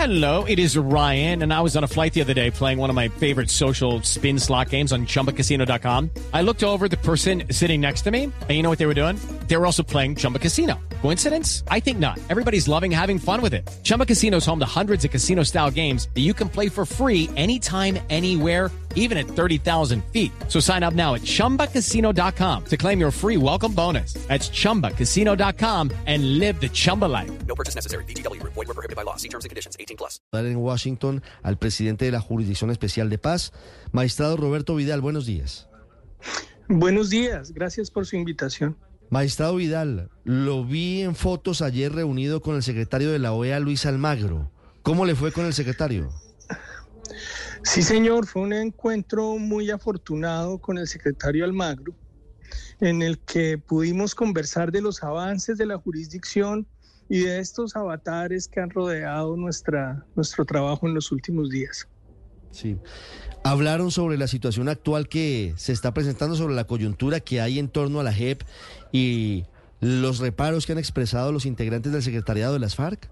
Hello, it is Ryan, and I was on a flight the other day playing one of my favorite social spin slot games on ChumbaCasino.com. I looked over at the person sitting next to me, and you know what they were doing? They were also playing Chumba Casino. Coincidence? I think not. Everybody's loving having fun with it. Chumba Casino is home to hundreds of casino-style games that you can play for free anytime, anywhere, even at 30,000 feet. So sign up now at ChumbaCasino.com to claim your free welcome bonus. That's ChumbaCasino.com and live the Chumba life. No purchase necessary. VGW. Void were prohibited by law. See terms and conditions. 18+. En Washington, al presidente de la Jurisdicción Especial de Paz, magistrado Roberto Vidal. Buenos días. Buenos días. Gracias por su invitación. Magistrado Vidal, lo vi en fotos ayer reunido con el secretario de la OEA, Luis Almagro. ¿Cómo le fue con el secretario? Sí, señor, fue un encuentro muy afortunado con el secretario Almagro, en el que pudimos conversar de los avances de la jurisdicción y de estos avatares que han rodeado nuestro trabajo en los últimos días. Sí. Hablaron sobre la situación actual que se está presentando, sobre la coyuntura que hay en torno a la JEP y los reparos que han expresado los integrantes del secretariado de las FARC.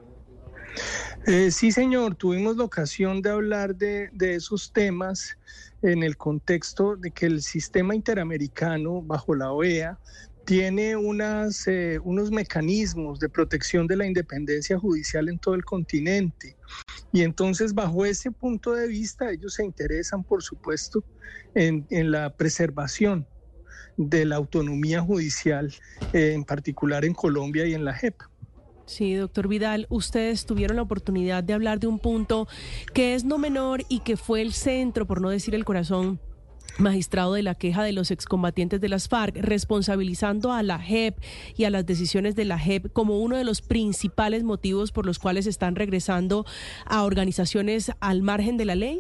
Sí, señor, tuvimos la ocasión de hablar de esos temas en el contexto de que el sistema interamericano bajo la OEA tiene unos mecanismos de protección de la independencia judicial en todo el continente. Y entonces, bajo ese punto de vista, ellos se interesan, por supuesto, en la preservación de la autonomía judicial, en particular en Colombia y en la JEP. Sí, doctor Vidal, ustedes tuvieron la oportunidad de hablar de un punto que es no menor y que fue el centro, por no decir el corazón, magistrado, de la queja de los excombatientes de las FARC, responsabilizando a la JEP y a las decisiones de la JEP como uno de los principales motivos por los cuales están regresando a organizaciones al margen de la ley.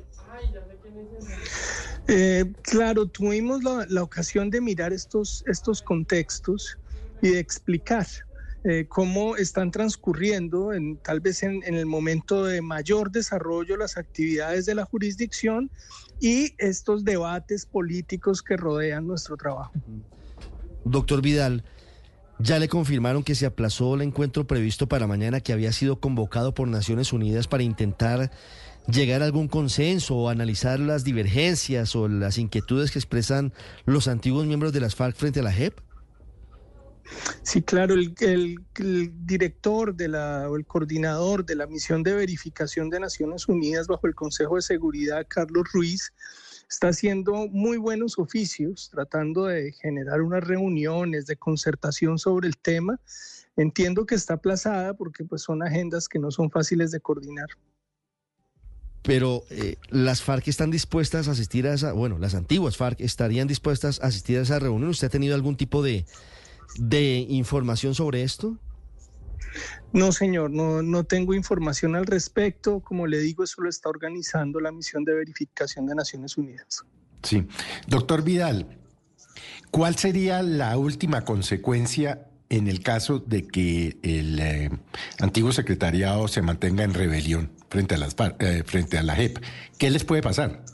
Claro, tuvimos la ocasión de mirar estos contextos y de explicar cómo están transcurriendo, tal vez en el momento de mayor desarrollo, las actividades de la jurisdicción y estos debates políticos que rodean nuestro trabajo. Doctor Vidal, ya le confirmaron que se aplazó el encuentro previsto para mañana, que había sido convocado por Naciones Unidas para intentar llegar a algún consenso o analizar las divergencias o las inquietudes que expresan los antiguos miembros de las FARC frente a la JEP. Sí, claro, el director o el coordinador de la misión de verificación de Naciones Unidas bajo el Consejo de Seguridad, Carlos Ruiz, está haciendo muy buenos oficios, tratando de generar unas reuniones de concertación sobre el tema. Entiendo que está aplazada porque pues son agendas que no son fáciles de coordinar. Pero las FARC están dispuestas a asistir a las antiguas FARC estarían dispuestas a asistir a esa reunión. ¿Usted ha tenido algún tipo de información sobre esto? No, señor, no tengo información al respecto. Como le digo, eso lo está organizando la misión de verificación de Naciones Unidas. Sí. Doctor Vidal, ¿cuál sería la última consecuencia en el caso de que el antiguo secretariado se mantenga en rebelión frente a la JEP? ¿Qué les puede pasar?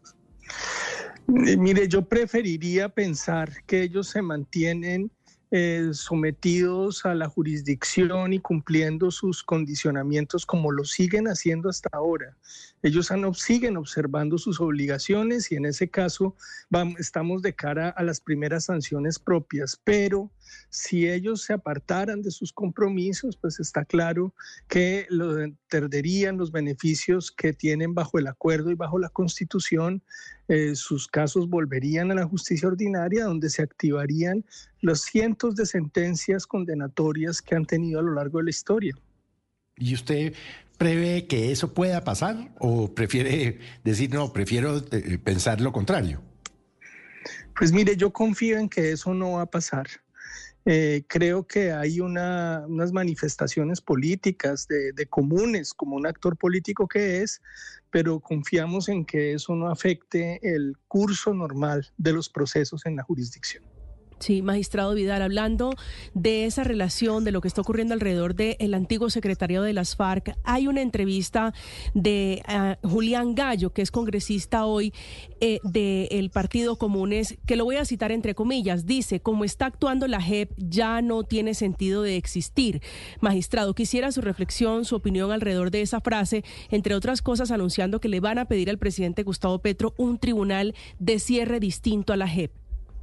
Mire, yo preferiría pensar que ellos se mantienen sometidos a la jurisdicción y cumpliendo sus condicionamientos como lo siguen haciendo hasta ahora. Ellos siguen observando sus obligaciones y en ese caso estamos de cara a las primeras sanciones propias, pero si ellos se apartaran de sus compromisos, pues está claro que perderían los beneficios que tienen bajo el acuerdo y bajo la Constitución. Sus casos volverían a la justicia ordinaria, donde se activarían los cientos de sentencias condenatorias que han tenido a lo largo de la historia. ¿Y usted prevé que eso pueda pasar o prefiere decir no, prefiero pensar lo contrario? Pues mire, yo confío en que eso no va a pasar. Creo que hay unas manifestaciones políticas de comunes, como un actor político que es, pero confiamos en que eso no afecte el curso normal de los procesos en la jurisdicción. Sí, magistrado Vidal, hablando de esa relación, de lo que está ocurriendo alrededor del antiguo secretariado de las FARC, hay una entrevista de Julián Gallo, que es congresista hoy del Partido Comunes, que lo voy a citar entre comillas. Dice: como está actuando la JEP, ya no tiene sentido de existir. Magistrado, quisiera su reflexión, su opinión alrededor de esa frase, entre otras cosas anunciando que le van a pedir al presidente Gustavo Petro un tribunal de cierre distinto a la JEP.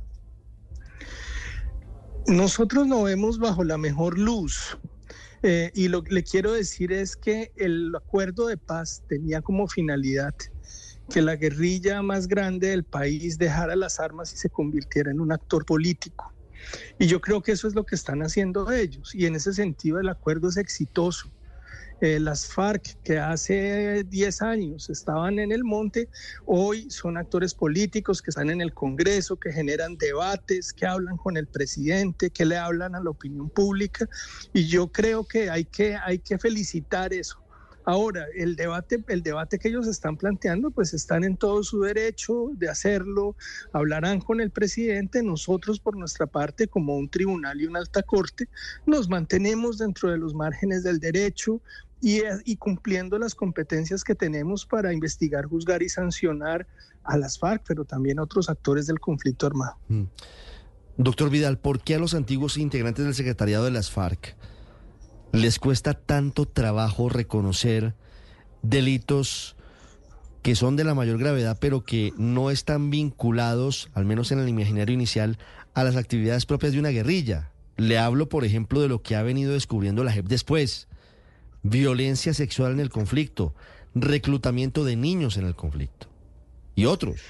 Nosotros nos vemos bajo la mejor luz y lo que le quiero decir es que el acuerdo de paz tenía como finalidad que la guerrilla más grande del país dejara las armas y se convirtiera en un actor político. Y yo creo que eso es lo que están haciendo ellos, y en ese sentido el acuerdo es exitoso. Las FARC, que hace 10 años estaban en el monte, hoy son actores políticos que están en el Congreso, que generan debates, que hablan con el presidente, que le hablan a la opinión pública, y yo creo que hay que felicitar eso. Ahora, el debate que ellos están planteando, pues están en todo su derecho de hacerlo, hablarán con el presidente. Nosotros, por nuestra parte, como un tribunal y una alta corte, nos mantenemos dentro de los márgenes del derecho y cumpliendo las competencias que tenemos para investigar, juzgar y sancionar a las FARC, pero también a otros actores del conflicto armado. Doctor Vidal, ¿por qué a los antiguos integrantes del secretariado de las FARC les cuesta tanto trabajo reconocer delitos que son de la mayor gravedad, pero que no están vinculados, al menos en el imaginario inicial, a las actividades propias de una guerrilla? Le hablo, por ejemplo, de lo que ha venido descubriendo la JEP después: violencia sexual en el conflicto, reclutamiento de niños en el conflicto y otros.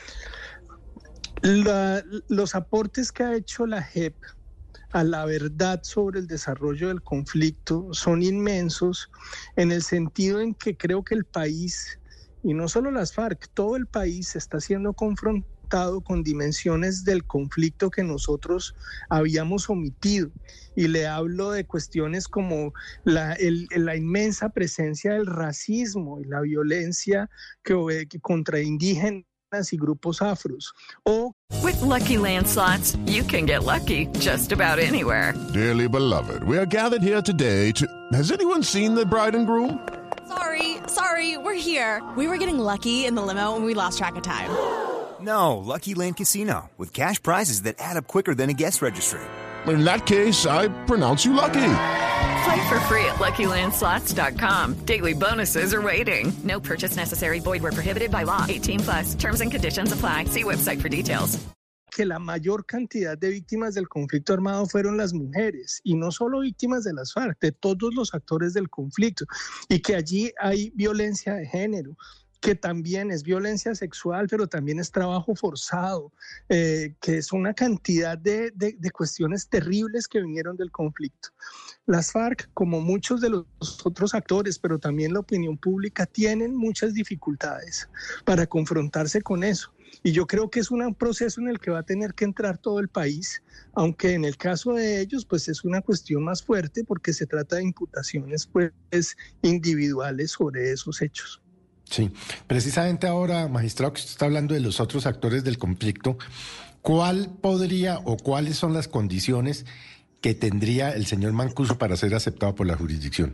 Los aportes que ha hecho la JEP a la verdad sobre el desarrollo del conflicto son inmensos, en el sentido en que creo que el país, y no solo las FARC, todo el país está siendo confrontado con dimensiones del conflicto que nosotros habíamos omitido. Y le hablo de cuestiones como la inmensa presencia del racismo y la violencia que contra indígenas y grupos afros. With Lucky Land Slots, you can get lucky just about anywhere. Dearly beloved, we are gathered here today to... Has anyone seen the bride and groom? Sorry, we're here. We were getting lucky in the limo and we lost track of time. No, Lucky Land Casino, with cash prizes that add up quicker than a guest registry. In that case, I pronounce you lucky. Play for free at LuckyLandSlots.com. Daily bonuses are waiting. No purchase necessary. Void where prohibited by law. 18+. Terms and conditions apply. See website for details. Que la mayor cantidad de víctimas del conflicto armado fueron las mujeres, y no solo víctimas de las FARC, de todos los actores del conflicto, y que allí hay violencia de género, que también es violencia sexual, pero también es trabajo forzado, que es una cantidad de cuestiones terribles que vinieron del conflicto. Las FARC, como muchos de los otros actores, pero también la opinión pública, tienen muchas dificultades para confrontarse con eso. Y yo creo que es un proceso en el que va a tener que entrar todo el país, aunque en el caso de ellos pues es una cuestión más fuerte porque se trata de imputaciones pues individuales sobre esos hechos. Sí, precisamente ahora, magistrado, que usted está hablando de los otros actores del conflicto, ¿cuál podría o cuáles son las condiciones que tendría el señor Mancuso para ser aceptado por la jurisdicción?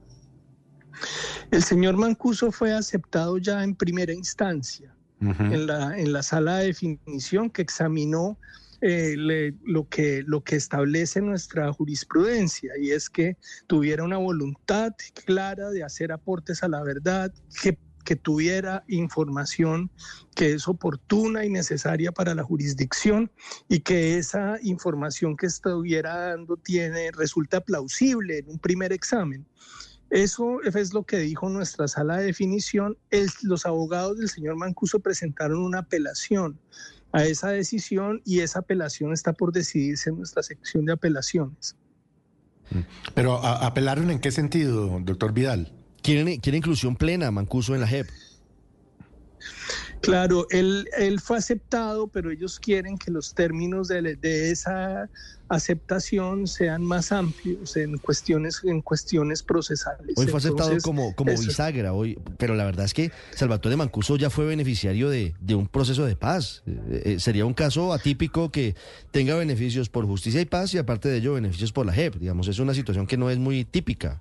El señor Mancuso fue aceptado ya en primera instancia, en la sala de definición que examinó lo que establece nuestra jurisprudencia, y es que tuviera una voluntad clara de hacer aportes a la verdad, que tuviera información que es oportuna y necesaria para la jurisdicción, y que esa información que estuviera dando resulta plausible en un primer examen. Eso es lo que dijo nuestra sala de definición. Los abogados del señor Mancuso presentaron una apelación a esa decisión, y esa apelación está por decidirse en nuestra sección de apelaciones. Pero ¿apelaron en qué sentido, doctor Vidal? ¿Quieren inclusión plena, Mancuso, en la JEP? Claro, él fue aceptado, pero ellos quieren que los términos de esa aceptación sean más amplios en cuestiones procesales. Hoy fue aceptado Entonces, como eso. bisagra, pero la verdad es que Salvatore Mancuso ya fue beneficiario de un proceso de paz. Sería un caso atípico que tenga beneficios por justicia y paz y aparte de ello beneficios por la JEP. Digamos, es una situación que no es muy típica.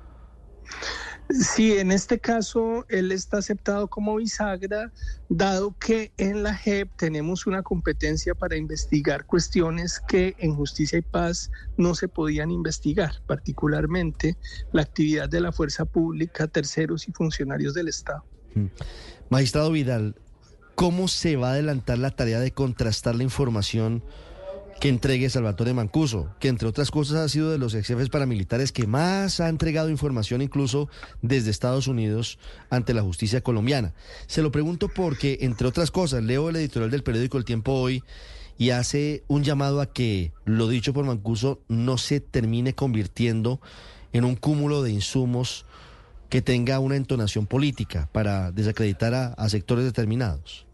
Sí, en este caso él está aceptado como bisagra, dado que en la JEP tenemos una competencia para investigar cuestiones que en Justicia y Paz no se podían investigar, particularmente la actividad de la fuerza pública, terceros y funcionarios del Estado. Magistrado Vidal, ¿cómo se va a adelantar la tarea de contrastar la información que entregue Salvatore Mancuso, que entre otras cosas ha sido de los ex jefes paramilitares que más ha entregado información incluso desde Estados Unidos ante la justicia colombiana? Se lo pregunto porque, entre otras cosas, leo el editorial del periódico El Tiempo hoy y hace un llamado a que lo dicho por Mancuso no se termine convirtiendo en un cúmulo de insumos que tenga una entonación política para desacreditar a sectores determinados.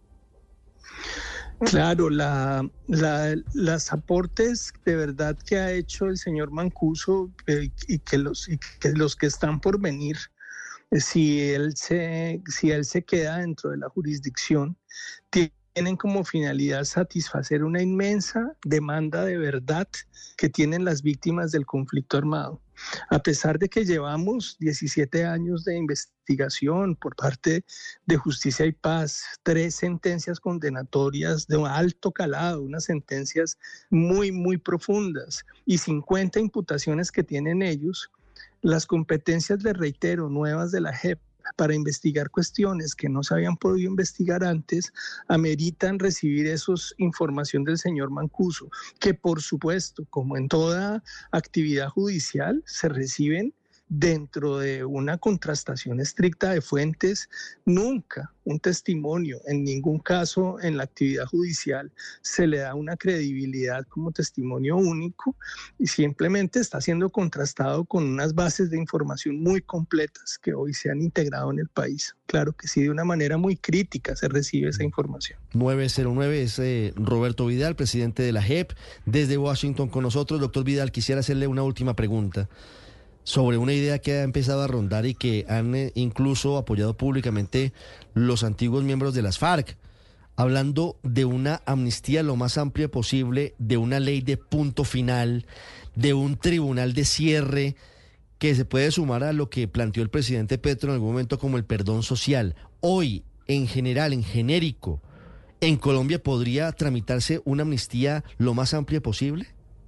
Claro, las aportes de verdad que ha hecho el señor Mancuso y que los que están por venir, si él se queda dentro de la jurisdicción, tienen como finalidad satisfacer una inmensa demanda de verdad que tienen las víctimas del conflicto armado. A pesar de que llevamos 17 años de investigación por parte de Justicia y Paz, 3 sentencias condenatorias de alto calado, unas sentencias muy, muy profundas y 50 imputaciones que tienen ellos, las competencias, les reitero, nuevas de la JEP para investigar cuestiones que no se habían podido investigar antes, ameritan recibir información del señor Mancuso, que por supuesto, como en toda actividad judicial, se reciben dentro de una contrastación estricta de fuentes. Nunca un testimonio, en ningún caso en la actividad judicial, se le da una credibilidad como testimonio único y simplemente está siendo contrastado con unas bases de información muy completas que hoy se han integrado en el país. Claro que sí, de una manera muy crítica se recibe esa información. 909 es Roberto Vidal, presidente de la JEP, desde Washington con nosotros. Doctor Vidal, quisiera hacerle una última pregunta sobre una idea que ha empezado a rondar y que han incluso apoyado públicamente los antiguos miembros de las FARC, hablando de una amnistía lo más amplia posible, de una ley de punto final, de un tribunal de cierre que se puede sumar a lo que planteó el presidente Petro en algún momento como el perdón social. Hoy, en general, en genérico, ¿en Colombia podría tramitarse una amnistía lo más amplia posible?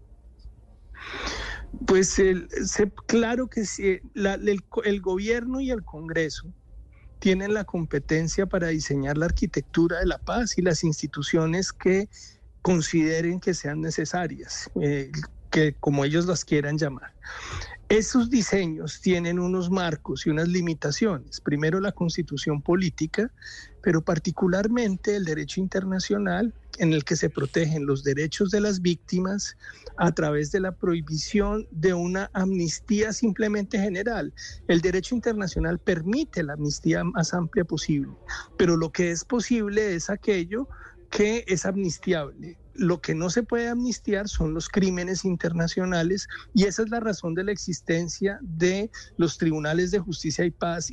Pues claro que sí, el gobierno y el Congreso tienen la competencia para diseñar la arquitectura de la paz y las instituciones que consideren que sean necesarias, que como ellos las quieran llamar. Esos diseños tienen unos marcos y unas limitaciones. Primero, la Constitución política, pero particularmente el derecho internacional, en el que se protegen los derechos de las víctimas a través de la prohibición de una amnistía simplemente general. El derecho internacional permite la amnistía más amplia posible, pero lo que es posible es aquello que es amnistiable. Lo que no se puede amnistiar son los crímenes internacionales y esa es la razón de la existencia de los tribunales de justicia y paz.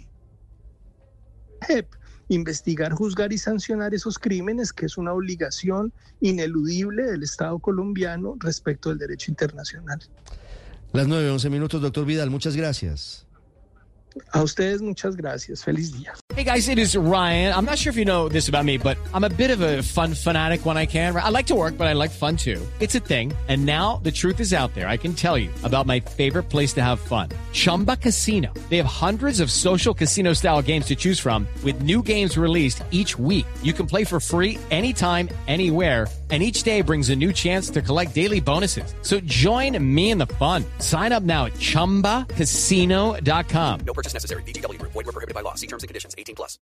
Investigar, juzgar y sancionar esos crímenes, que es una obligación ineludible del Estado colombiano respecto del derecho internacional. Las 9:11, doctor Vidal, muchas gracias. A ustedes muchas gracias. Feliz día. Hey guys, it is Ryan. I'm not sure if you know this about me, but I'm a bit of a fun fanatic when I can. I like to work, but I like fun too. It's a thing. And now the truth is out there. I can tell you about my favorite place to have fun. Chumba Casino. They have hundreds of social casino style games to choose from with new games released each week. You can play for free anytime, anywhere. And each day brings a new chance to collect daily bonuses. So join me in the fun. Sign up now at ChumbaCasino.com. No purchase necessary. VGW Group. Void where prohibited by law. See terms and conditions. 18+.